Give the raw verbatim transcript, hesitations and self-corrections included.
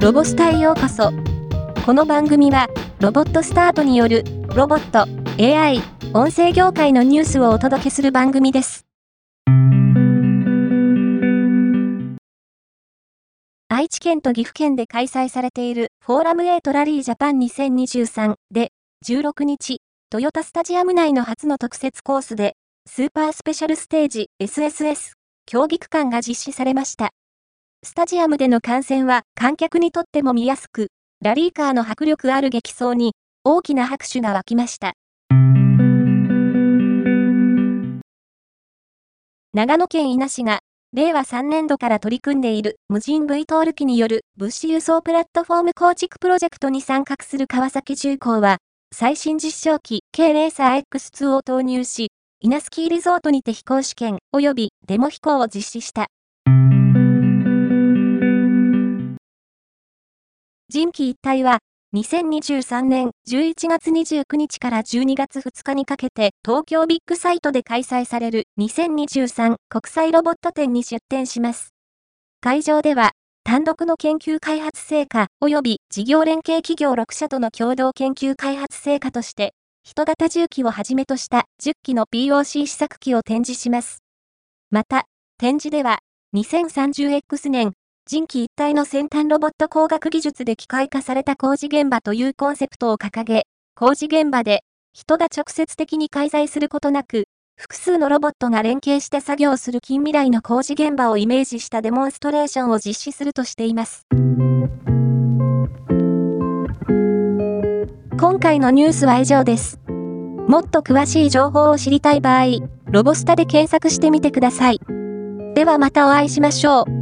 ロボスタへようこそ。この番組は、ロボットスタートによる、ロボット、エーアイ、音声業界のニュースをお届けする番組です。愛知県と岐阜県で開催されているフォーラムエイトラリージャパンにせんにじゅうさんで、じゅうろくにち、トヨタスタジアム内の初の特設コースで、スーパースペシャルステージ エスエスエス 競技区間が実施されました。スタジアムでの観戦は観客にとっても見やすく、ラリーカーの迫力ある激走に大きな拍手が沸きました。長野県伊那市がれいわさんねんどから取り組んでいる無人 ブイトール 機による物資輸送プラットフォーム構築プロジェクトに参画する川崎重工は、最新実証機 K レーサー エックスツー を投入し、伊那スキーリゾートにて飛行試験及びデモ飛行を実施した。人機一体は、にせんにじゅうさんねんじゅういちがつにじゅうくにちからじゅうにがつふつかにかけて東京ビッグサイトで開催されるにせんにじゅうさん国際ロボット展に出展します。会場では、単独の研究開発成果及び事業連携企業ろくしゃとの共同研究開発成果として、人型重機をはじめとしたじゅっきの ピーオーシー 試作機を展示します。また、展示では、にせんさんじゅうエックスねん、人機一体の先端ロボット工学技術で機械化された工事現場というコンセプトを掲げ、工事現場で人が直接的に介在することなく、複数のロボットが連携して作業する近未来の工事現場をイメージしたデモンストレーションを実施するとしています。今回のニュースは以上です。もっと詳しい情報を知りたい場合、ロボスタで検索してみてください。ではまたお会いしましょう。